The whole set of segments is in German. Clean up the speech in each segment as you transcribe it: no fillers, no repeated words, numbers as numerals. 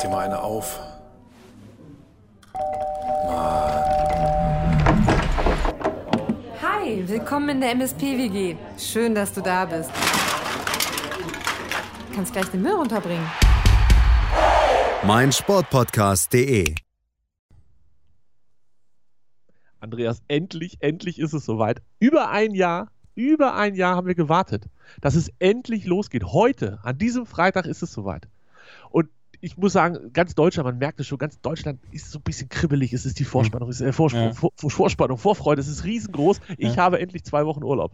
dir mal eine auf. Hi, willkommen in der MSP-WG. Schön, dass du da bist. Du kannst gleich den Müll runterbringen. meinsportpodcast.de. Andreas, endlich ist es soweit. Über ein Jahr haben wir gewartet, dass es endlich losgeht. Heute, an diesem Freitag ist es soweit. Und ich muss sagen, ganz Deutschland, man merkt es schon, ganz Deutschland ist so ein bisschen kribbelig. Es ist die Vorspannung, Vorspannung, Vorfreude, es ist riesengroß. Ich habe endlich 2 Wochen Urlaub.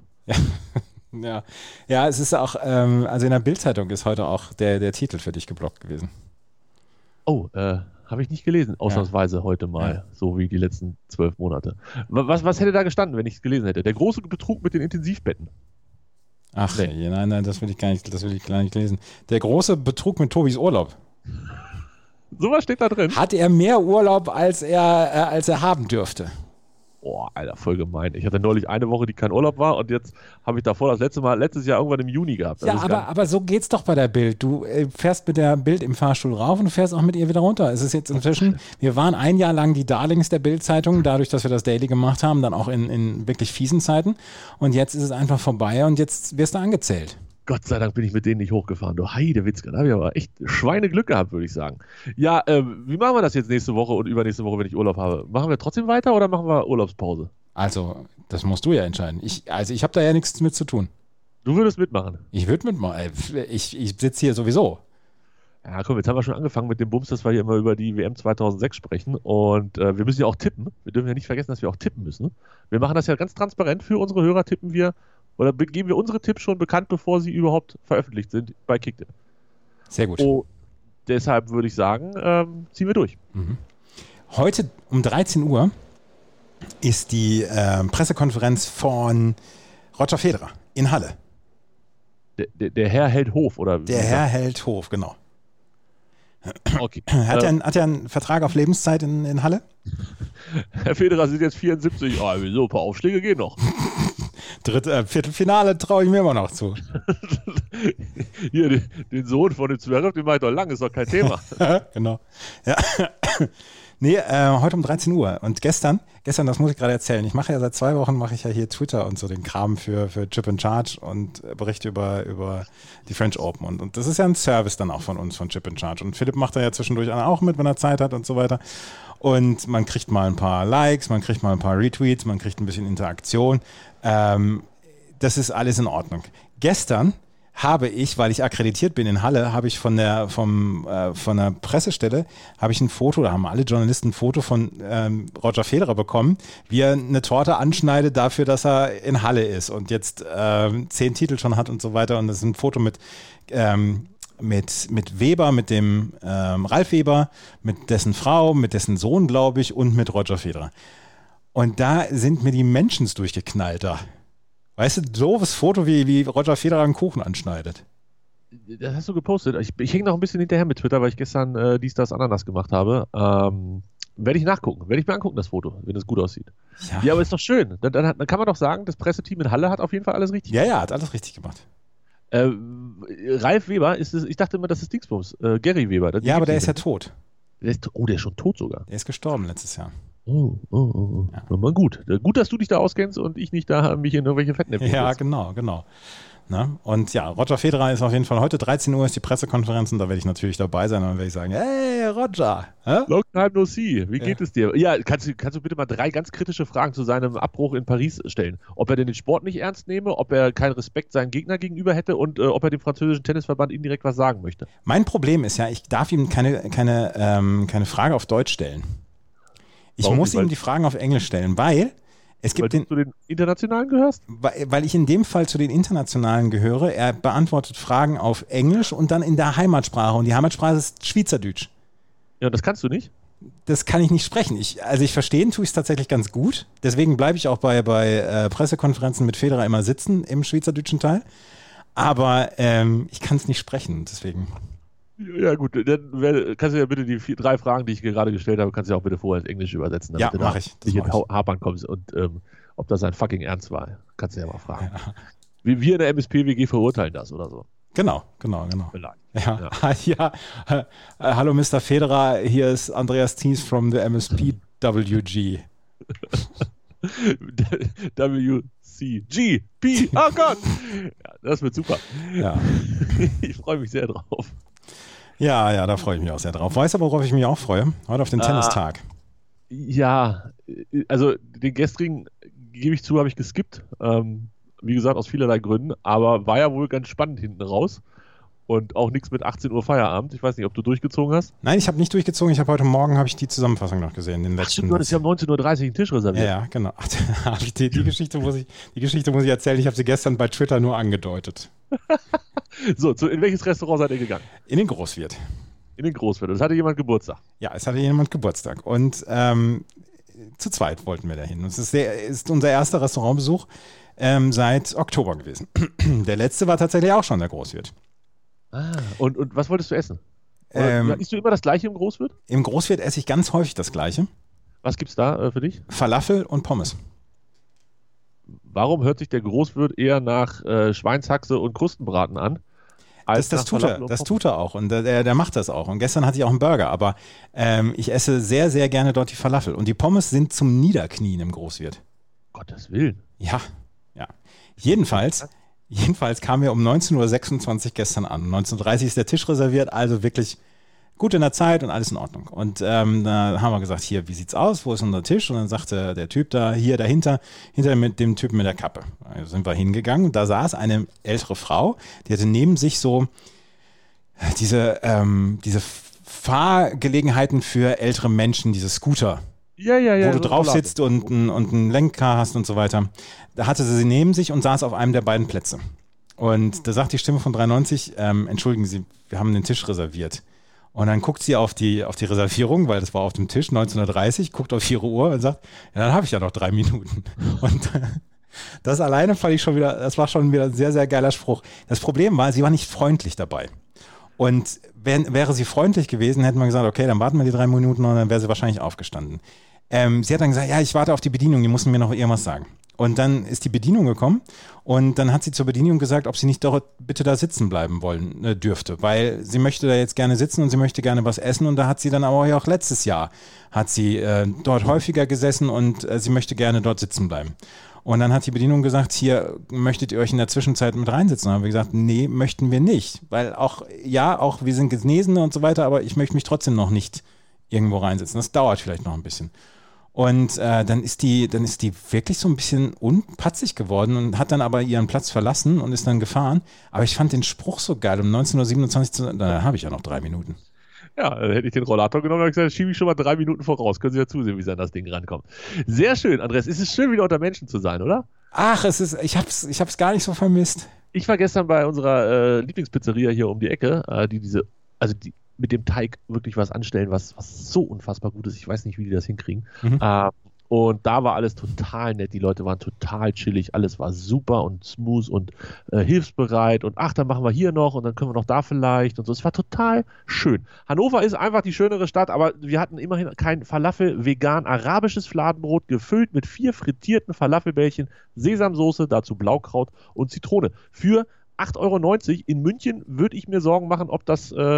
Ja, es ist auch, also in der Bild-Zeitung ist heute auch der Titel für dich geblockt gewesen. Oh, habe ich nicht gelesen, ausnahmsweise heute mal, so wie die letzten 12 Monate. Was hätte da gestanden, wenn ich es gelesen hätte? Der große Betrug mit den Intensivbetten. Ach, nee. Nein, das will ich gar nicht lesen. Der große Betrug mit Tobis Urlaub. Sowas steht da drin. Hat er mehr Urlaub, als er haben dürfte? Boah, Alter, voll gemein. Ich hatte neulich eine Woche, die kein Urlaub war, und jetzt habe ich davor letztes Jahr irgendwann im Juni gehabt. Ja, aber so geht's doch bei der Bild. Du fährst mit der Bild im Fahrstuhl rauf und du fährst auch mit ihr wieder runter. Es ist jetzt inzwischen, wir waren ein Jahr lang die Darlings der Bild-Zeitung, dadurch, dass wir das Daily gemacht haben, dann auch in wirklich fiesen Zeiten. Und jetzt ist es einfach vorbei und jetzt wirst du angezählt. Gott sei Dank bin ich mit denen nicht hochgefahren. Du Heidewitzka, da habe ich aber echt Schweineglück gehabt, würde ich sagen. Ja, wie machen wir das jetzt nächste Woche und übernächste Woche, wenn ich Urlaub habe? Machen wir trotzdem weiter oder machen wir Urlaubspause? Also, das musst du ja entscheiden. Ich habe da ja nichts mit zu tun. Du würdest mitmachen? Ich würde mitmachen. Ich sitze hier sowieso. Ja, komm, jetzt haben wir schon angefangen mit dem Bums, dass wir hier immer über die WM 2006 sprechen. Und wir müssen ja auch tippen. Wir dürfen ja nicht vergessen, dass wir auch tippen müssen. Wir machen das ja ganz transparent. Für unsere Hörer tippen wir, oder geben wir unsere Tipps schon bekannt, bevor sie überhaupt veröffentlicht sind bei Kicktipp. Sehr gut. Deshalb würde ich sagen, ziehen wir durch. Mhm. Heute um 13 Uhr ist die Pressekonferenz von Roger Federer in Halle. Der Herr hält Hof, oder? Der Herr hält Hof, genau. Okay. Hat er einen Vertrag auf Lebenszeit in Halle? Herr Federer sind jetzt 74. Oh, wieso? Ein paar Aufschläge gehen noch. Viertelfinale traue ich mir immer noch zu. Hier, den Sohn von dem Zwerg, den mache ich doch lang, ist doch kein Thema. Genau. Ja. Nee, heute um 13 Uhr. Und gestern, das muss ich gerade erzählen, ich mache ja seit 2 Wochen, mache ich ja hier Twitter und so den Kram für Chip and Charge und berichte über die French Open. Und das ist ja ein Service dann auch von uns, von Chip and Charge. Und Philipp macht da ja zwischendurch auch mit, wenn er Zeit hat und so weiter. Und man kriegt mal ein paar Likes, man kriegt mal ein paar Retweets, man kriegt ein bisschen Interaktion. Das ist alles in Ordnung. Gestern habe ich, weil ich akkreditiert bin in Halle, habe ich von der Pressestelle habe ich ein Foto, da haben alle Journalisten ein Foto von Roger Federer bekommen, wie er eine Torte anschneidet dafür, dass er in Halle ist und jetzt 10 Titel schon hat und so weiter. Und das ist ein Foto mit Weber, mit dem Ralf Weber, mit dessen Frau, mit dessen Sohn, glaube ich, und mit Roger Federer. Und da sind mir die Mentions durchgeknallt da. Weißt du, doofes Foto, wie Roger Federer einen Kuchen anschneidet. Das hast du gepostet. Ich hänge noch ein bisschen hinterher mit Twitter, weil ich gestern dies, das, Ananas gemacht habe. Werde ich nachgucken. Werde ich mir angucken, das Foto, wenn es gut aussieht. Ja, aber ist doch schön. Dann kann man doch sagen, das Presseteam in Halle hat auf jeden Fall alles richtig gemacht. Ja, hat alles richtig gemacht. Ralf Weber, ich dachte immer, das ist Dingsbums. Gary Weber. Ja, aber der ist ja tot. Der ist schon tot sogar. Der ist gestorben letztes Jahr. Oh. Ja. Mal gut. Gut, dass du dich da auskennst und ich nicht da mich in irgendwelche Fettnäpfchen. Ja, genau. Na? Und ja, Roger Federer ist auf jeden Fall heute 13 Uhr ist die Pressekonferenz und da werde ich natürlich dabei sein und dann werde ich sagen, hey Roger. Long time no see. Wie geht es dir? Ja, kannst du bitte mal 3 ganz kritische Fragen zu seinem Abbruch in Paris stellen? Ob er denn den Sport nicht ernst nehme, ob er keinen Respekt seinen Gegner gegenüber hätte und ob er dem französischen Tennisverband indirekt was sagen möchte? Mein Problem ist ja, ich darf ihm keine Frage auf Deutsch stellen. Ich muss ihm die Fragen auf Englisch stellen, weil es gibt du zu den Internationalen gehörst? Weil ich in dem Fall zu den Internationalen gehöre. Er beantwortet Fragen auf Englisch und dann in der Heimatsprache. Und die Heimatsprache ist Schweizerdeutsch. Ja, das kannst du nicht? Das kann ich nicht sprechen. Ich verstehen tue ich es tatsächlich ganz gut. Deswegen bleibe ich auch bei Pressekonferenzen mit Federer immer sitzen im schweizerdeutschen Teil. Aber ich kann es nicht sprechen, deswegen... Ja gut, dann kannst du ja bitte die 3 Fragen, die ich gerade gestellt habe, kannst du ja auch bitte vorher ins Englische übersetzen, damit du da nicht in Hapern kommst und ob das ein fucking Ernst war, kannst du ja mal fragen. Ja. Wir in der MSP-WG verurteilen das oder so. Genau. Vielleicht. Ja. Hallo Mr. Federer, hier ist Andreas Thies from the MSPWG. WCG, P, oh Gott! Ja, das wird super. Ja. Ich freue mich sehr drauf. Ja, da freue ich mich auch sehr drauf. Weißt du, worauf ich mich auch freue? Heute auf den Tennistag. Ja, also den gestrigen, gebe ich zu, habe ich geskippt. Wie gesagt, aus vielerlei Gründen, aber war ja wohl ganz spannend hinten raus. Und auch nichts mit 18 Uhr Feierabend. Ich weiß nicht, ob du durchgezogen hast. Nein, ich habe nicht durchgezogen. Ich habe heute Morgen die Zusammenfassung noch gesehen. Den letzten. Stimmt, du hattest ja um 19.30 Uhr einen Tisch reserviert. Ja, genau. Die Geschichte muss ich erzählen. Ich habe sie gestern bei Twitter nur angedeutet. So, in welches Restaurant seid ihr gegangen? In den Großwirt. In den Großwirt. Es hatte jemand Geburtstag. Ja, es hatte jemand Geburtstag. Und zu zweit wollten wir dahin. Es ist unser erster Restaurantbesuch seit Oktober gewesen. Der letzte war tatsächlich auch schon der Großwirt. Und was wolltest du essen? Isst du immer das Gleiche im Großwirt? Im Großwirt esse ich ganz häufig das Gleiche. Was gibt's da für dich? Falafel und Pommes. Warum hört sich der Großwirt eher nach Schweinshaxe und Krustenbraten an? Das tut er auch und der macht das auch. Und gestern hatte ich auch einen Burger, aber ich esse sehr, sehr gerne dort die Falafel. Und die Pommes sind zum Niederknien im Großwirt. Gottes Willen. Ja. Jedenfalls kamen wir um 19.26 Uhr gestern an. 19.30 Uhr ist der Tisch reserviert, also wirklich gut in der Zeit und alles in Ordnung. Und da haben wir gesagt, hier, wie sieht's aus? Wo ist unser Tisch? Und dann sagte der Typ da, hier dahinter, hinter mit dem Typen mit der Kappe. Also sind wir hingegangen und da saß eine ältere Frau, die hatte neben sich so diese Fahrgelegenheiten für ältere Menschen, diese Scooter. Ja. Wo du drauf sitzt und einen Lenker hast und so weiter. Da hatte sie neben sich und saß auf einem der beiden Plätze. Und da sagt die Stimme von 93, entschuldigen Sie, wir haben den Tisch reserviert. Und dann guckt sie auf die Reservierung, weil das war auf dem Tisch, 19.30 Uhr, guckt auf ihre Uhr und sagt, ja, dann habe ich ja noch 3 Minuten. Und das alleine das war schon wieder ein sehr, sehr geiler Spruch. Das Problem war, sie war nicht freundlich dabei. Und wäre sie freundlich gewesen, hätten wir gesagt, okay, dann warten wir die 3 Minuten und dann wäre sie wahrscheinlich aufgestanden. Sie hat dann gesagt, ja, ich warte auf die Bedienung, die mussten mir noch irgendwas sagen. Und dann ist die Bedienung gekommen und dann hat sie zur Bedienung gesagt, ob sie nicht dort bitte da sitzen bleiben dürfte, weil sie möchte da jetzt gerne sitzen und sie möchte gerne was essen und da hat sie dann aber auch letztes Jahr hat sie dort häufiger gesessen und sie möchte gerne dort sitzen bleiben. Und dann hat die Bedienung gesagt, hier, möchtet ihr euch in der Zwischenzeit mit reinsitzen? Und dann haben wir gesagt, nee, möchten wir nicht, weil auch wir sind Genesene und so weiter, aber ich möchte mich trotzdem noch nicht irgendwo reinsitzen. Das dauert vielleicht noch ein bisschen. Und dann ist die wirklich so ein bisschen unpatzig geworden und hat dann aber ihren Platz verlassen und ist dann gefahren. Aber ich fand den Spruch so geil. Um 19.27 Uhr, da habe ich ja noch 3 Minuten. Ja, hätte ich den Rollator genommen und gesagt, schiebe ich schon mal 3 Minuten voraus. Können Sie ja zusehen, wie Sie an das Ding rankommen. Sehr schön, Andreas. Es ist schön, wieder unter Menschen zu sein, oder? Ach, ich hab's gar nicht so vermisst. Ich war gestern bei unserer Lieblingspizzeria hier um die Ecke, die mit dem Teig wirklich was anstellen, was so unfassbar gut ist. Ich weiß nicht, wie die das hinkriegen. Und da war alles total nett. Die Leute waren total chillig. Alles war super und smooth und hilfsbereit. Und ach, dann machen wir hier noch und dann können wir noch da vielleicht und so. Es war total schön. Hannover ist einfach die schönere Stadt, aber wir hatten immerhin kein Falafel, vegan, arabisches Fladenbrot, gefüllt mit 4 frittierten Falafelbällchen, Sesamsoße, dazu Blaukraut und Zitrone. Für 8,90 € in München würde ich mir Sorgen machen, ob da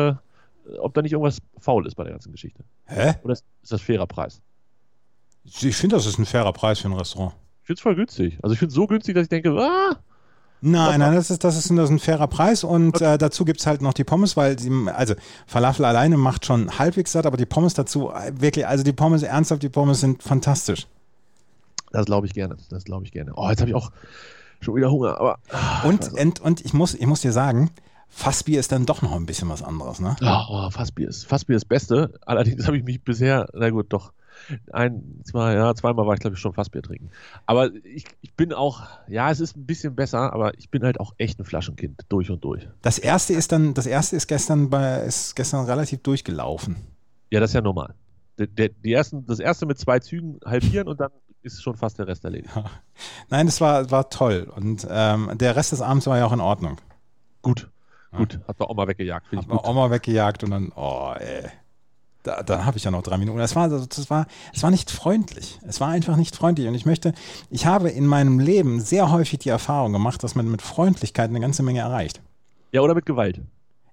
nicht irgendwas faul ist bei der ganzen Geschichte. Hä? Oder ist das fairer Preis? Ich finde, das ist ein fairer Preis für ein Restaurant. Ich finde es voll günstig. Also ich finde es so günstig, dass ich denke, Nein, das ist ein fairer Preis und dazu gibt es halt noch die Pommes, weil Falafel alleine macht schon halbwegs satt, aber die Pommes dazu, wirklich, also die Pommes sind fantastisch. Das glaube ich gerne. Oh, jetzt habe ich auch schon wieder Hunger, aber... Und ich muss dir sagen, Fassbier ist dann doch noch ein bisschen was anderes, ne? Oh, Fassbier ist das Beste. Allerdings habe ich mich bisher, zweimal war ich, glaube ich, schon Fassbier trinken. Aber ich bin auch, es ist ein bisschen besser, aber ich bin halt auch echt ein Flaschenkind, durch und durch. Das erste ist gestern relativ durchgelaufen. Ja, das ist ja normal. Das erste mit 2 Zügen halbieren und dann ist schon fast der Rest erledigt. Ja. Nein, das war toll. Und der Rest des Abends war ja auch in Ordnung. Gut. Hat man Oma weggejagt. Oma weggejagt und dann, dann habe ich ja noch 3 Minuten. Es war nicht freundlich. Es war einfach nicht freundlich. Und ich habe in meinem Leben sehr häufig die Erfahrung gemacht, dass man mit Freundlichkeit eine ganze Menge erreicht. Ja, oder mit Gewalt.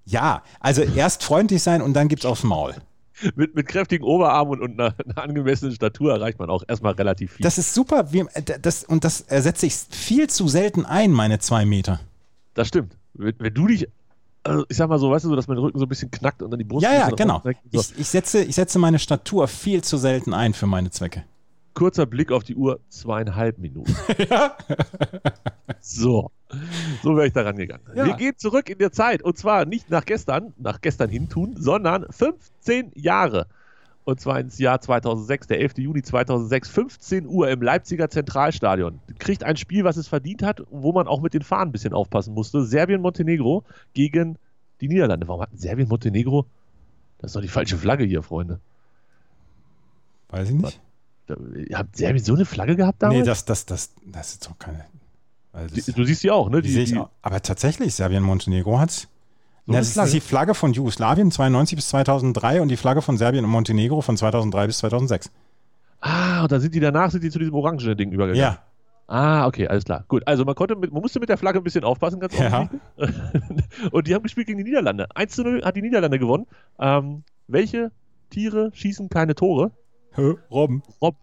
Ja, also erst freundlich sein und dann gibt's aufs Maul. Mit kräftigen Oberarmen und einer angemessenen Statur erreicht man auch erstmal relativ viel. Das ist super. Das setze ich viel zu selten ein, meine 2 Meter. Das stimmt. Wenn du dich, also ich sag mal so, weißt du, so, dass mein Rücken so ein bisschen knackt und dann die Brust. Ja, genau. So. Ich setze meine Statur viel zu selten ein für meine Zwecke. Kurzer Blick auf die Uhr, 2,5 Minuten. Ja. So wäre ich da rangegangen. Ja. Wir gehen zurück in der Zeit und zwar nicht nach gestern hin tun, sondern 15 Jahre. Und zwar ins Jahr 2006, der 11. Juni 2006, 15 Uhr im Leipziger Zentralstadion. Kriegt ein Spiel, was es verdient hat, wo man auch mit den Fahnen ein bisschen aufpassen musste. Serbien-Montenegro gegen die Niederlande. Warum hatten Serbien-Montenegro? Das ist doch die falsche Flagge hier, Freunde. Weiß ich nicht. Hat Serbien so eine Flagge gehabt damals? Nee, das ist doch keine. Also du siehst die auch, ne? Die sehe ich auch. Aber tatsächlich, Serbien-Montenegro hat. So das ist die Flagge von Jugoslawien 92 bis 2003 und die Flagge von Serbien und Montenegro von 2003 bis 2006. Ah, und dann sind die zu diesem orangenen Ding übergegangen. Ja. Ah, okay, alles klar. Gut, also man musste mit der Flagge ein bisschen aufpassen, ganz offensichtlich. Und die haben gespielt gegen die Niederlande. 1:0 hat die Niederlande gewonnen. Welche Tiere schießen keine Tore? Robben.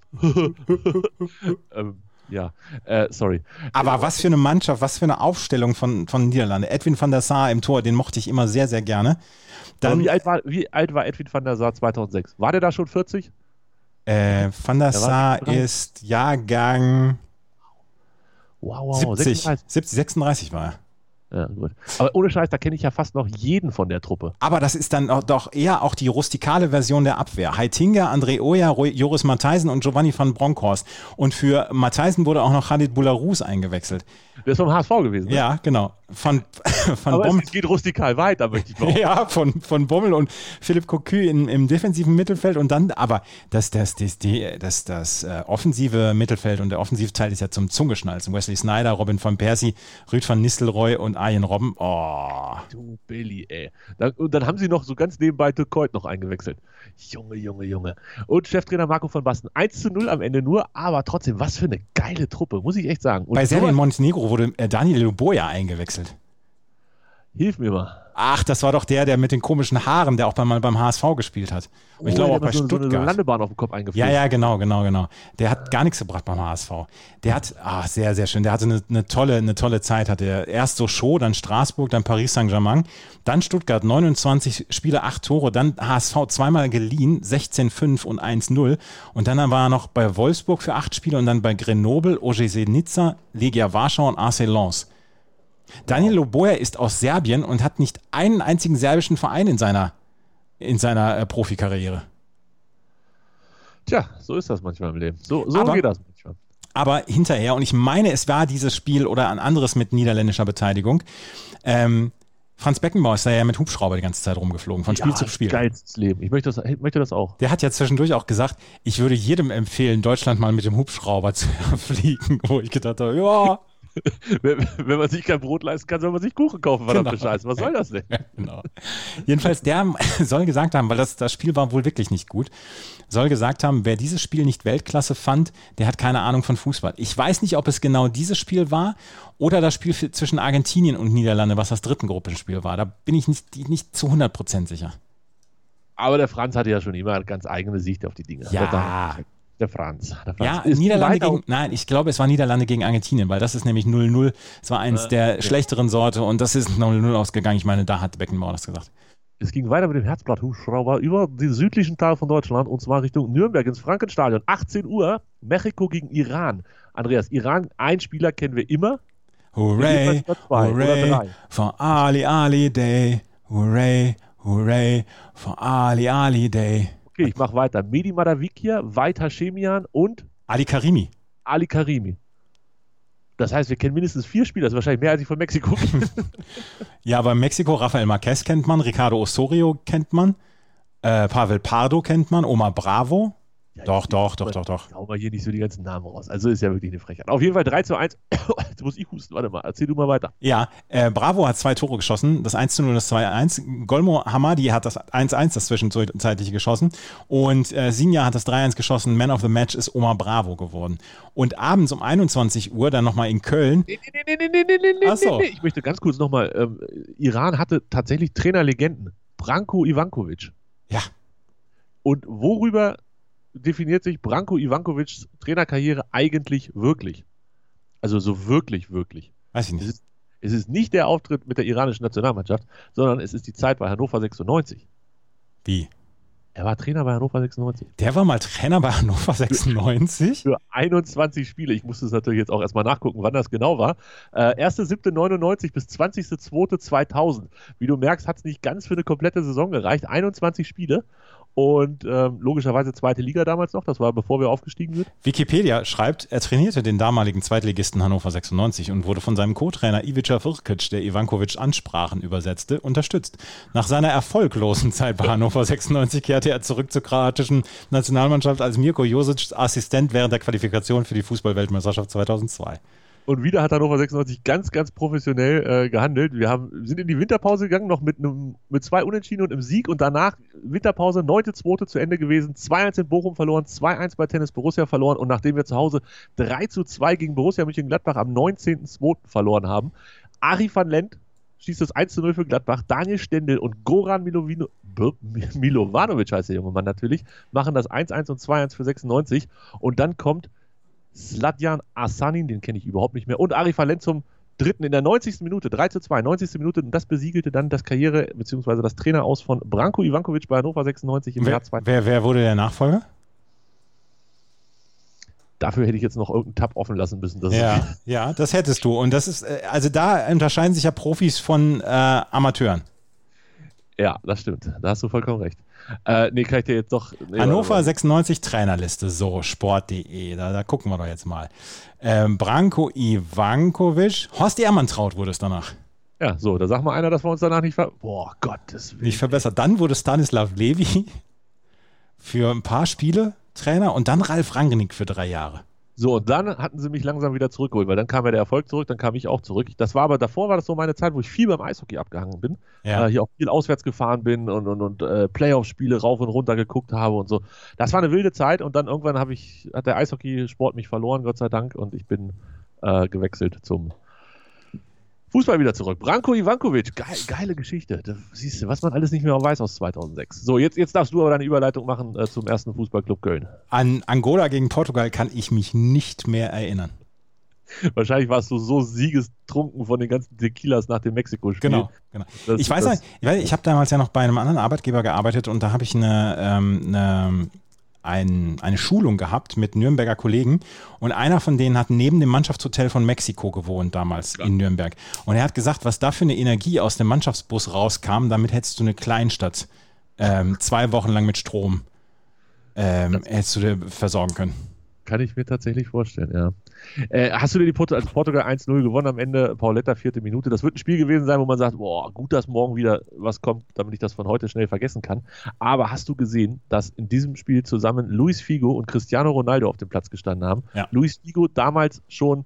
Sorry. Aber was für eine Mannschaft, was für eine Aufstellung von Niederlande. Edwin van der Sar im Tor, den mochte ich immer sehr, sehr gerne. Dann, wie alt war Edwin van der Sar 2006? War der da schon 40? Van der Sar ist Jahrgang 70, 36 war er. Ja, gut. Aber ohne Scheiß, da kenne ich ja fast noch jeden von der Truppe. Aber das ist dann doch eher auch die rustikale Version der Abwehr. Heitinga, André Oja, Joris Matthijsen und Giovanni van Bronckhorst. Und für Matthijsen wurde auch noch Khalid Boularus eingewechselt. Der ist vom HSV gewesen, ne? Ja, genau. Aber es geht rustikal weiter, möchte ich behaupten. Ja, von Bommel und Philipp Cocu im defensiven Mittelfeld und dann, aber das offensive Mittelfeld und der offensive Teil ist ja zum Zungeschnalzen. Wesley Sneijder, Robin van Persie, Ruud van Nistelrooy und Arjen Robben. Oh. Du Billy, ey. Und dann haben sie noch so ganz nebenbei Türkoit noch eingewechselt. Junge. Und Cheftrainer Marco van Basten. 1:0 am Ende nur, aber trotzdem, was für eine geile Truppe, muss ich echt sagen. Und bei Serbien-Montenegro wurde Daniel Luboja eingewechselt. Hilf mir mal. Ach, das war doch der mit den komischen Haaren, der auch mal beim HSV gespielt hat. Und ich glaube auch bei Stuttgart. So eine Landebahn auf dem Kopf eingeflogen. Ja, genau. Der hat gar nichts gebracht beim HSV. Der hat, sehr, sehr schön. Der hatte eine tolle Zeit. Hatte er erst so Show, dann Straßburg, dann Paris Saint-Germain, dann Stuttgart, 29 Spiele, 8 Tore, dann HSV zweimal geliehen, 16-5 und 1-0. Und dann war er noch bei Wolfsburg für 8 Spiele und dann bei Grenoble, OGC Nizza, Legia Warschau und AC Lens. Daniel Luboja ist aus Serbien und hat nicht einen einzigen serbischen Verein in seiner Profikarriere. Tja, so ist das manchmal im Leben. So geht das manchmal. Aber hinterher, und ich meine, es war dieses Spiel oder ein anderes mit niederländischer Beteiligung, Franz Beckenbauer ist da ja mit Hubschrauber die ganze Zeit rumgeflogen, von Spiel zu Spiel. Geilstes Leben. Ich möchte das auch. Der hat ja zwischendurch auch gesagt, ich würde jedem empfehlen, Deutschland mal mit dem Hubschrauber zu fliegen, wo ich gedacht habe, ja. Wenn man sich kein Brot leisten kann, soll man sich Kuchen kaufen, verdammte Scheiße. Was soll das denn? Genau. Jedenfalls, der soll gesagt haben, weil das Spiel war wohl wirklich nicht gut, soll gesagt haben, wer dieses Spiel nicht Weltklasse fand, der hat keine Ahnung von Fußball. Ich weiß nicht, ob es genau dieses Spiel war oder das Spiel zwischen Argentinien und Niederlande, was das Gruppenspiel war. Da bin ich nicht zu 100% sicher. Aber der Franz hatte ja schon immer eine ganz eigene Sicht auf die Dinge. Ja. Der Franz. Ja, ich glaube, es war Niederlande gegen Argentinien, weil das ist nämlich 0-0. Es war eins der schlechteren Sorte und das ist 0-0 ausgegangen. Ich meine, da hat Beckenbauer das gesagt. Es ging weiter mit dem Herzblatt-Hubschrauber über den südlichen Teil von Deutschland und zwar Richtung Nürnberg ins Frankenstadion. 18 Uhr, Mexiko gegen Iran. Andreas, Iran, ein Spieler kennen wir immer. Hooray, hooray for Ali Day. Hooray, hooray for Ali Day. Okay, ich mache weiter. Mehdi Madavikia, Vahid Hashemian und Ali Karimi. Das heißt, wir kennen mindestens 4 Spieler. Das ist wahrscheinlich mehr, als ich von Mexiko kenne. Ja, aber Mexiko, Rafael Marquez kennt man, Ricardo Osorio kennt man, Pavel Pardo kennt man, Omar Bravo. Ja, Doch. Hau mal hier nicht so die ganzen Namen raus. Also ist ja wirklich eine Frechheit. Auf jeden Fall 3:1. Jetzt muss ich husten. Warte mal, erzähl du mal weiter. Ja, Bravo hat 2 Tore geschossen, das 1:0 und das 2:1. Golmo Hamadi hat das 1:1, das zwischenzeitliche geschossen. Und Sinja hat das 3:1 geschossen. Man of the Match ist Omar Bravo geworden. Und abends um 21 Uhr dann nochmal in Köln. Nee. Ach so. Ich möchte ganz kurz nochmal, Iran hatte tatsächlich Trainerlegenden. Branko Ivankovic. Ja. Und worüber definiert sich Branko Ivankovics Trainerkarriere eigentlich wirklich? Also so wirklich. Weiß ich nicht. Es ist nicht der Auftritt mit der iranischen Nationalmannschaft, sondern es ist die Zeit bei Hannover 96. Wie? Er war Trainer bei Hannover 96. Der war mal Trainer bei Hannover 96? Für 21 Spiele. Ich musste es natürlich jetzt auch erstmal nachgucken, wann das genau war. 1.7.99 bis 20.02.2000. Wie du merkst, hat es nicht ganz für eine komplette Saison gereicht. 21 Spiele. Und logischerweise zweite Liga damals noch, das war bevor wir aufgestiegen sind. Wikipedia schreibt, er trainierte den damaligen Zweitligisten Hannover 96 und wurde von seinem Co-Trainer Ivica Vrkic, der Ivankovic Ansprachen übersetzte, unterstützt. Nach seiner erfolglosen Zeit bei Hannover 96 kehrte er zurück zur kroatischen Nationalmannschaft als Mirko Josic's Assistent während der Qualifikation für die Fußball-Weltmeisterschaft 2002. Und wieder hat Hannover 96 ganz, ganz professionell gehandelt. Wir sind in die Winterpause gegangen, noch mit 2 Unentschieden und einem Sieg. Und danach Winterpause, 9.2. zu Ende gewesen. 2:1 in Bochum verloren, 2:1 bei Tennis Borussia verloren. Und nachdem wir zu Hause 3:2 gegen Borussia Mönchengladbach am 19.2. verloren haben, Ari van Lent schießt das 1:0 für Gladbach. Daniel Stendel und Goran Milovanovic, heißt der junge Mann natürlich, machen das 1:1 und 2:1 für 96. Und dann kommt Sladjan Asanin, den kenne ich überhaupt nicht mehr, und Ari van Lent zum dritten in der 90. Minute, 3:2, 90. Minute, und das besiegelte dann das Karriere- bzw. das Traineraus von Branko Ivankovic bei Hannover 96 im Jahr 2000. Wer wurde der Nachfolger? Dafür hätte ich jetzt noch irgendeinen Tab offen lassen müssen. Ja, das hättest du. Und das ist, also da unterscheiden sich ja Profis von Amateuren. Ja, das stimmt. Da hast du vollkommen recht. Kann ich dir jetzt doch... Hannover 96 Trainerliste, so, sport.de, da gucken wir doch jetzt mal. Branko Ivankovic, Horst Ehrmantraut wurde es danach. Ja, so, da sagt mal einer, dass wir uns danach nicht Gottes Willen. Nicht verbessert. Dann wurde Stanislav Levy für ein paar Spiele Trainer und dann Ralf Rangnick für 3 Jahre. So, und dann hatten sie mich langsam wieder zurückgeholt, weil dann kam ja der Erfolg zurück, dann kam ich auch zurück. Davor war das so meine Zeit, wo ich viel beim Eishockey abgehangen bin. Ja. Hier auch viel auswärts gefahren bin und Playoff-Spiele rauf und runter geguckt habe und so. Das war eine wilde Zeit, und dann irgendwann hat der Eishockeysport mich verloren, Gott sei Dank, und ich bin gewechselt zum Fußball wieder zurück. Branko Ivankovic, geile Geschichte. Da siehst du, was man alles nicht mehr weiß aus 2006. So, jetzt darfst du aber deine Überleitung machen zum ersten Fußballclub Köln. An Angola gegen Portugal kann ich mich nicht mehr erinnern. Wahrscheinlich warst du so siegestrunken von den ganzen Tequilas nach dem Mexiko-Spiel. Genau. Ich weiß, ich habe damals ja noch bei einem anderen Arbeitgeber gearbeitet, und da habe ich eine Schulung gehabt mit Nürnberger Kollegen, und einer von denen hat neben dem Mannschaftshotel von Mexiko gewohnt damals in Nürnberg. Und er hat gesagt, was da für eine Energie aus dem Mannschaftsbus rauskam, damit hättest du eine Kleinstadt 2 Wochen lang mit Strom hättest du dir versorgen können. Kann ich mir tatsächlich vorstellen, ja. Hast du dir Portugal 1:0 gewonnen am Ende, Pauletta 4. Minute. Das wird ein Spiel gewesen sein, wo man sagt, boah, gut, dass morgen wieder was kommt, damit ich das von heute schnell vergessen kann. Aber hast du gesehen, dass in diesem Spiel zusammen Luis Figo und Cristiano Ronaldo auf dem Platz gestanden haben? Ja. Luis Figo damals schon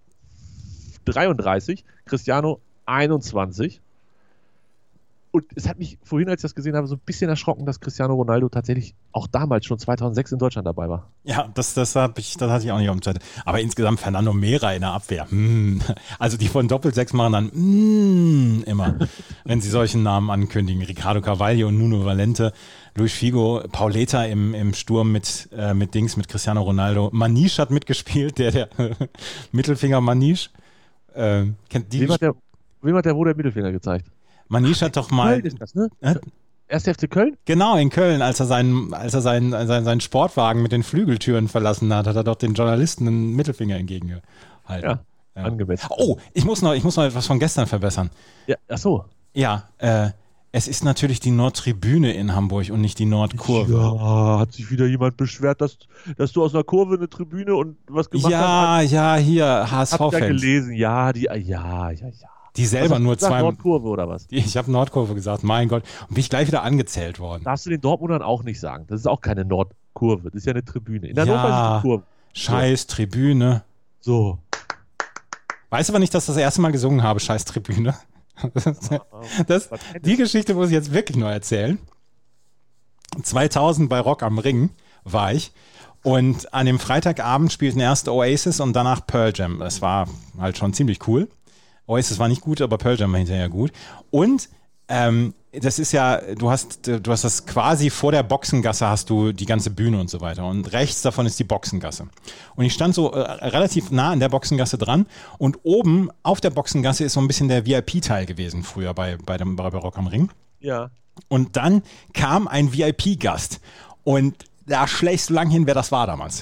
33, Cristiano 21. Und es hat mich vorhin, als ich das gesehen habe, so ein bisschen erschrocken, dass Cristiano Ronaldo tatsächlich auch damals schon 2006 in Deutschland dabei war. Ja, das hatte ich auch nicht auf dem Zettel. Aber insgesamt Fernando Mera in der Abwehr. Also die von Doppel-6 machen dann immer, wenn sie solchen Namen ankündigen. Ricardo Carvalho und Nuno Valente, Luis Figo, Pauleta im Sturm mit Cristiano Ronaldo. Maniche hat mitgespielt, der Mittelfinger Maniche. Wem hat der wo der Mittelfinger gezeigt? Maniche hat doch mal... Köln ist das, ne? Erste FC Köln? Genau, in Köln, als er seinen Sportwagen mit den Flügeltüren verlassen hat er doch den Journalisten einen Mittelfinger entgegengehalten. Ja. Angemessen. Oh, ich muss noch etwas von gestern verbessern. Ja, ach so. Ja, es ist natürlich die Nordtribüne in Hamburg und nicht die Nordkurve. Ja, hat sich wieder jemand beschwert, dass du aus einer Kurve eine Tribüne und was gemacht hast? Ja, hier, HSV-Fans. Hab ja gelesen, ja. Die selber nur zwei... Nordkurve oder was? Ich habe Nordkurve gesagt, mein Gott. Und bin ich gleich wieder angezählt worden. Darfst du den Dortmundern auch nicht sagen. Das ist auch keine Kurve. Das ist ja eine Tribüne. In Hannover ist es eine Kurve. Scheiß Tribüne. So. Weißt du aber nicht, dass ich das erste Mal gesungen habe, Scheiß Tribüne? Die Geschichte muss ich jetzt wirklich nur erzählen. 2000 bei Rock am Ring war ich und an dem Freitagabend spielten erst Oasis und danach Pearl Jam. Das war halt schon ziemlich cool. Oasis war nicht gut, aber Pearl Jam war hinterher gut. Und das ist ja, du hast das quasi vor der Boxengasse hast du die ganze Bühne und so weiter. Und rechts davon ist die Boxengasse. Und ich stand so relativ nah an der Boxengasse dran und oben auf der Boxengasse ist so ein bisschen der VIP-Teil gewesen früher bei Rock am Ring. Ja. Und dann kam ein VIP-Gast und da schlägst du lang hin, wer das war damals.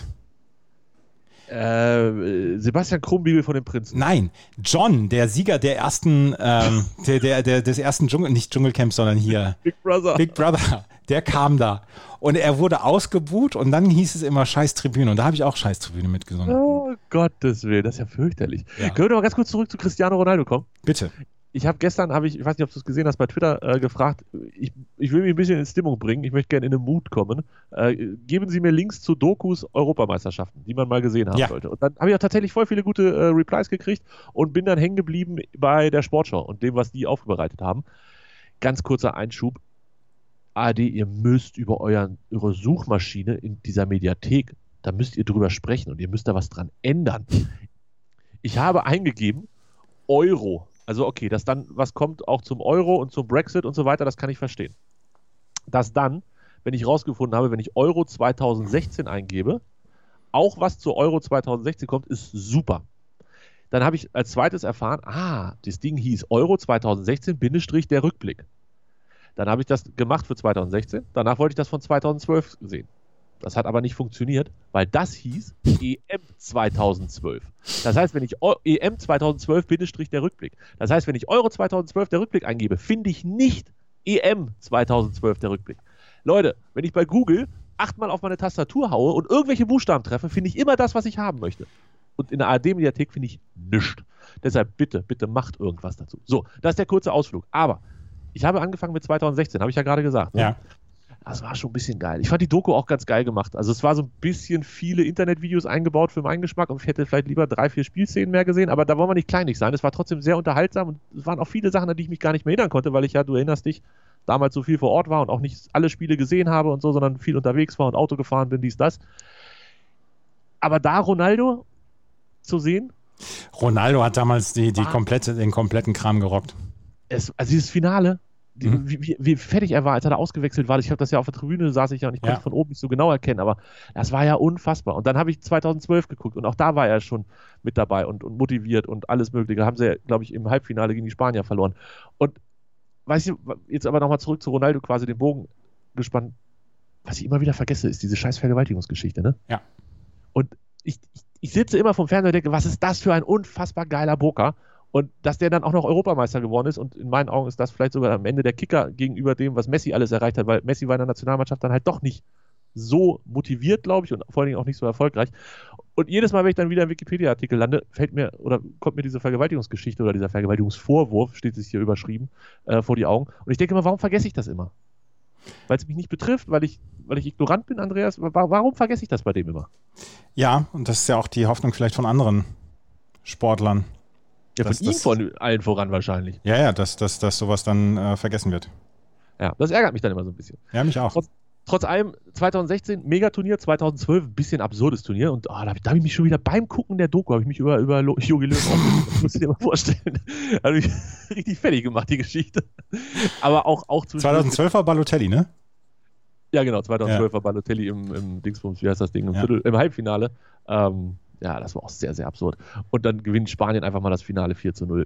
Sebastian Krumbiegel von den Prinzen. Nein, John, der Sieger der ersten, des ersten nicht Dschungelcamps, sondern hier Big Brother, der kam da und er wurde ausgebuht und dann hieß es immer Scheiß Tribüne und da habe ich auch Scheiß Tribüne mitgesungen. Oh Gottes Willen, das ist ja fürchterlich. Ja. Können wir noch mal ganz kurz zurück zu Cristiano Ronaldo kommen? Bitte. Ich habe gestern, ich weiß nicht, ob du es gesehen hast, bei Twitter gefragt, ich will mich ein bisschen in Stimmung bringen, ich möchte gerne in den Mut kommen. Geben Sie mir Links zu Dokus Europameisterschaften, die man mal gesehen haben sollte. Und dann habe ich auch tatsächlich voll viele gute Replies gekriegt und bin dann hängen geblieben bei der Sportschau und dem, was die aufbereitet haben. Ganz kurzer Einschub. ARD, ihr müsst über eure Suchmaschine in dieser Mediathek, da müsst ihr drüber sprechen und ihr müsst da was dran ändern. Ich habe eingegeben Euro. Also okay, dass dann was kommt auch zum Euro und zum Brexit und so weiter, das kann ich verstehen. Dass dann, wenn ich rausgefunden habe, wenn ich Euro 2016 eingebe, auch was zu Euro 2016 kommt, ist super. Dann habe ich als zweites erfahren, das Ding hieß Euro 2016 - der Rückblick. Dann habe ich das gemacht für 2016, danach wollte ich das von 2012 sehen. Das hat aber nicht funktioniert, weil das hieß EM 2012. Das heißt, wenn ich EM 2012 - der Rückblick. Das heißt, wenn ich Euro 2012 der Rückblick eingebe, finde ich nicht EM 2012 der Rückblick. Leute, wenn ich bei Google 8-mal auf meine Tastatur haue und irgendwelche Buchstaben treffe, finde ich immer das, was ich haben möchte. Und in der ARD-Mediathek finde ich nichts. Deshalb bitte macht irgendwas dazu. So, das ist der kurze Ausflug. Aber ich habe angefangen mit 2016, habe ich ja gerade gesagt. Ne? Ja. Das war schon ein bisschen geil. Ich fand die Doku auch ganz geil gemacht. Also es war so ein bisschen viele Internetvideos eingebaut für meinen Geschmack und ich hätte vielleicht lieber 3-4 Spielszenen mehr gesehen, aber da wollen wir nicht kleinlich sein. Es war trotzdem sehr unterhaltsam und es waren auch viele Sachen, an die ich mich gar nicht mehr erinnern konnte, weil ich ja, du erinnerst dich, damals so viel vor Ort war und auch nicht alle Spiele gesehen habe und so, sondern viel unterwegs war und Auto gefahren bin, dies, das. Aber da Ronaldo zu sehen? Ronaldo hat damals den kompletten Kram gerockt. Also dieses Finale, wie fertig er war, als er da ausgewechselt war. Ich habe das ja auf der Tribüne, saß ich ja und ich konnte von oben nicht so genau erkennen, aber das war ja unfassbar. Und dann habe ich 2012 geguckt und auch da war er schon mit dabei und motiviert und alles Mögliche. Haben sie ja, glaube ich, im Halbfinale gegen die Spanier verloren. Und weißt du, jetzt aber nochmal zurück zu Ronaldo, quasi den Bogen gespannt. Was ich immer wieder vergesse, ist diese scheiß Vergewaltigungsgeschichte, ne? Ja. Und ich sitze immer vom Fernseher und denke, was ist das für ein unfassbar geiler Boker? Und dass der dann auch noch Europameister geworden ist und in meinen Augen ist das vielleicht sogar am Ende der Kicker gegenüber dem, was Messi alles erreicht hat, weil Messi war in der Nationalmannschaft dann halt doch nicht so motiviert, glaube ich, und vor allen Dingen auch nicht so erfolgreich. Und jedes Mal, wenn ich dann wieder im Wikipedia-Artikel lande, kommt mir diese Vergewaltigungsgeschichte oder dieser Vergewaltigungsvorwurf, steht es hier überschrieben, vor die Augen. Und ich denke immer, warum vergesse ich das immer? Weil es mich nicht betrifft, weil ich ignorant bin, Andreas? Warum vergesse ich das bei dem immer? Ja, und das ist ja auch die Hoffnung vielleicht von anderen Sportlern. Ja, von allen voran wahrscheinlich. Ja, dass sowas dann vergessen wird. Ja, das ärgert mich dann immer so ein bisschen. Ja, mich auch. Trotz allem, 2016 Megaturnier, 2012 ein bisschen absurdes Turnier und da hab ich mich schon wieder beim Gucken der Doku, habe ich mich über Jogi Löw aufgeregt. Das musst du dir mal vorstellen. Hat mich richtig fertig gemacht, die Geschichte. Aber auch zu 2012 war Balotelli, ne? Ja, genau, 2012 war Balotelli im Dingsbums, wie heißt das Ding, im Halbfinale. Ja, das war auch sehr, sehr absurd. Und dann gewinnt Spanien einfach mal das Finale 4-0.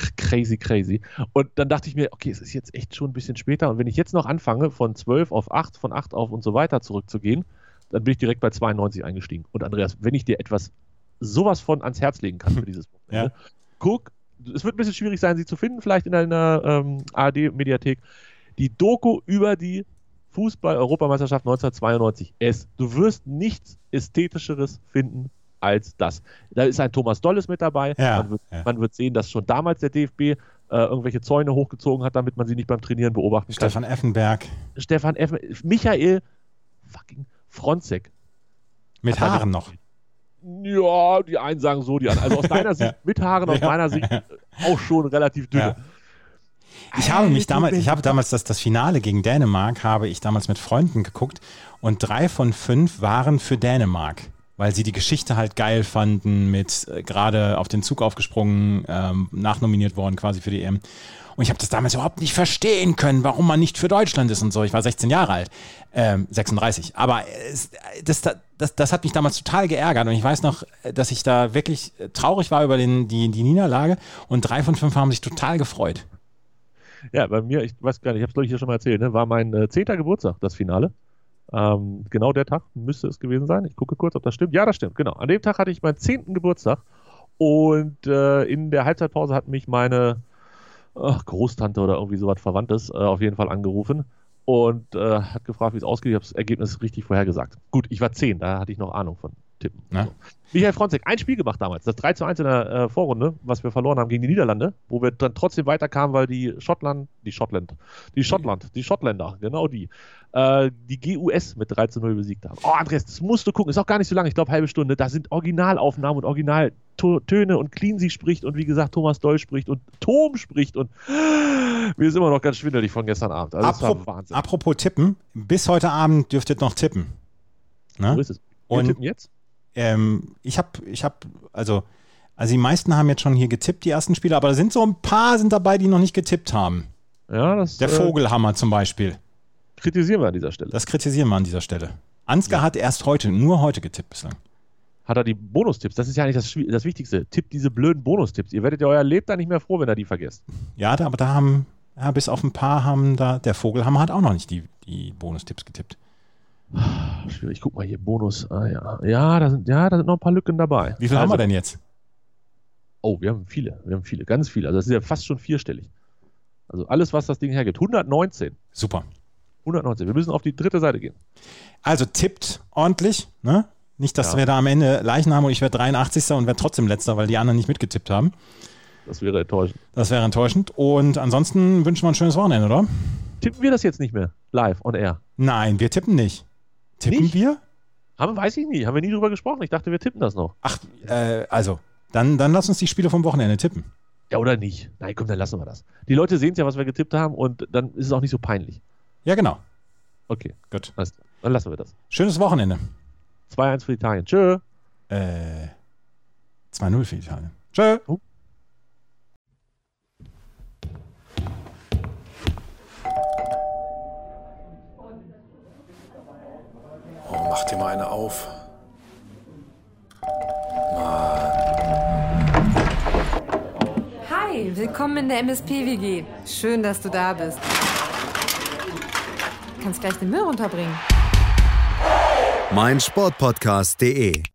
Crazy. Und dann dachte ich mir, okay, es ist jetzt echt schon ein bisschen später. Und wenn ich jetzt noch anfange, von 12 auf 8, von 8 auf und so weiter zurückzugehen, dann bin ich direkt bei 92 eingestiegen. Und Andreas, wenn ich dir sowas von ans Herz legen kann für dieses Wochenende, guck, es wird ein bisschen schwierig sein, sie zu finden, vielleicht in einer ARD-Mediathek, die Doku über die Fußball-Europameisterschaft 1992. Du wirst nichts Ästhetischeres finden als das. Da ist ein Thomas Dolles mit dabei. Ja, man wird sehen, dass schon damals der DFB irgendwelche Zäune hochgezogen hat, damit man sie nicht beim Trainieren beobachten kann. Stefan Effenberg. Michael fucking Fronzek. Mit Haaren noch. Ja, die einen sagen so, die anderen. Also aus deiner Sicht mit Haaren, aus meiner Sicht auch schon relativ dünn. Ja. Ich habe damals das Finale gegen Dänemark, habe ich damals mit Freunden geguckt und 3 von 5 waren für Dänemark, weil sie die Geschichte halt geil fanden, mit gerade auf den Zug aufgesprungen, nachnominiert worden quasi für die EM. Und ich habe das damals überhaupt nicht verstehen können, warum man nicht für Deutschland ist und so. Ich war 16 Jahre alt, 36. Aber das hat mich damals total geärgert. Und ich weiß noch, dass ich da wirklich traurig war über die Niederlage. Und 3 von 5 haben sich total gefreut. Ja, bei mir, ich weiß gar nicht, ich habe es glaube ich hier schon mal erzählt, ne, war mein 10. Geburtstag, das Finale. Genau der Tag müsste es gewesen sein. Ich gucke kurz, ob das stimmt. Ja, das stimmt, genau. An dem Tag hatte ich meinen 10. Geburtstag. Und in der Halbzeitpause hat mich meine Großtante oder irgendwie sowas Verwandtes auf jeden Fall angerufen und hat gefragt, wie es ausgeht. Ich habe das Ergebnis richtig vorhergesagt. Gut, ich war 10, da hatte ich noch Ahnung von Tippen. So. Michael Fronzek, ein Spiel gemacht damals, das 3:1 in der Vorrunde, was wir verloren haben gegen die Niederlande, wo wir dann trotzdem weiterkamen, weil die Schottländer, genau die GUS mit 3:0 besiegt haben. Oh, Andreas, das musst du gucken, ist auch gar nicht so lange, ich glaube halbe Stunde, da sind Originalaufnahmen und Originaltöne und Cleansey spricht und wie gesagt Thomas Doll spricht und Tom spricht und mir ist immer noch ganz schwindelig von gestern Abend. Also das war Wahnsinn. Apropos tippen, bis heute Abend dürft ihr noch tippen. Na? So ist es. Wir tippen jetzt? Also die meisten haben jetzt schon hier getippt, die ersten Spiele, aber da sind so ein paar dabei, die noch nicht getippt haben. Ja, der Vogelhammer zum Beispiel. Kritisieren wir an dieser Stelle. Das kritisieren wir an dieser Stelle. Ansgar hat erst nur heute getippt bislang. Hat er die Bonustipps? Das ist ja eigentlich das Wichtigste. Tippt diese blöden Bonustipps. Ihr werdet ja euer Leben da nicht mehr froh, wenn ihr die vergesst. Ja, aber bis auf ein paar der Vogelhammer hat auch noch nicht die Bonustipps getippt. Ich guck mal hier, Bonus. Ja, da sind noch ein paar Lücken dabei. Wie viel haben wir denn jetzt? Oh, wir haben viele, ganz viele. Also das ist ja fast schon vierstellig. Also alles, was das Ding hergibt. 119. Super. 119. Wir müssen auf die dritte Seite gehen. Also tippt ordentlich, ne? Nicht, dass wir da am Ende Leichen haben und ich werde 83. und werde trotzdem Letzter, weil die anderen nicht mitgetippt haben. Das wäre enttäuschend. Und ansonsten wünschen wir ein schönes Wochenende, oder? Tippen wir das jetzt nicht mehr? Live, on air? Nein, wir tippen nicht. Tippen nicht? Wir? Weiß ich nicht. Haben wir nie drüber gesprochen. Ich dachte, wir tippen das noch. Ach, dann lass uns die Spiele vom Wochenende tippen. Ja, oder nicht? Nein, komm, dann lassen wir das. Die Leute sehen es ja, was wir getippt haben und dann ist es auch nicht so peinlich. Ja, genau. Okay. Gut. Dann lassen wir das. Schönes Wochenende. 2-1 für Italien. Tschö. 2-0 für Italien. Tschö. Oh, mach dir mal eine auf. Mann. Hi, willkommen in der MSP-WG. Schön, dass du da bist. Du kannst gleich den Müll runterbringen. meinsportpodcast.de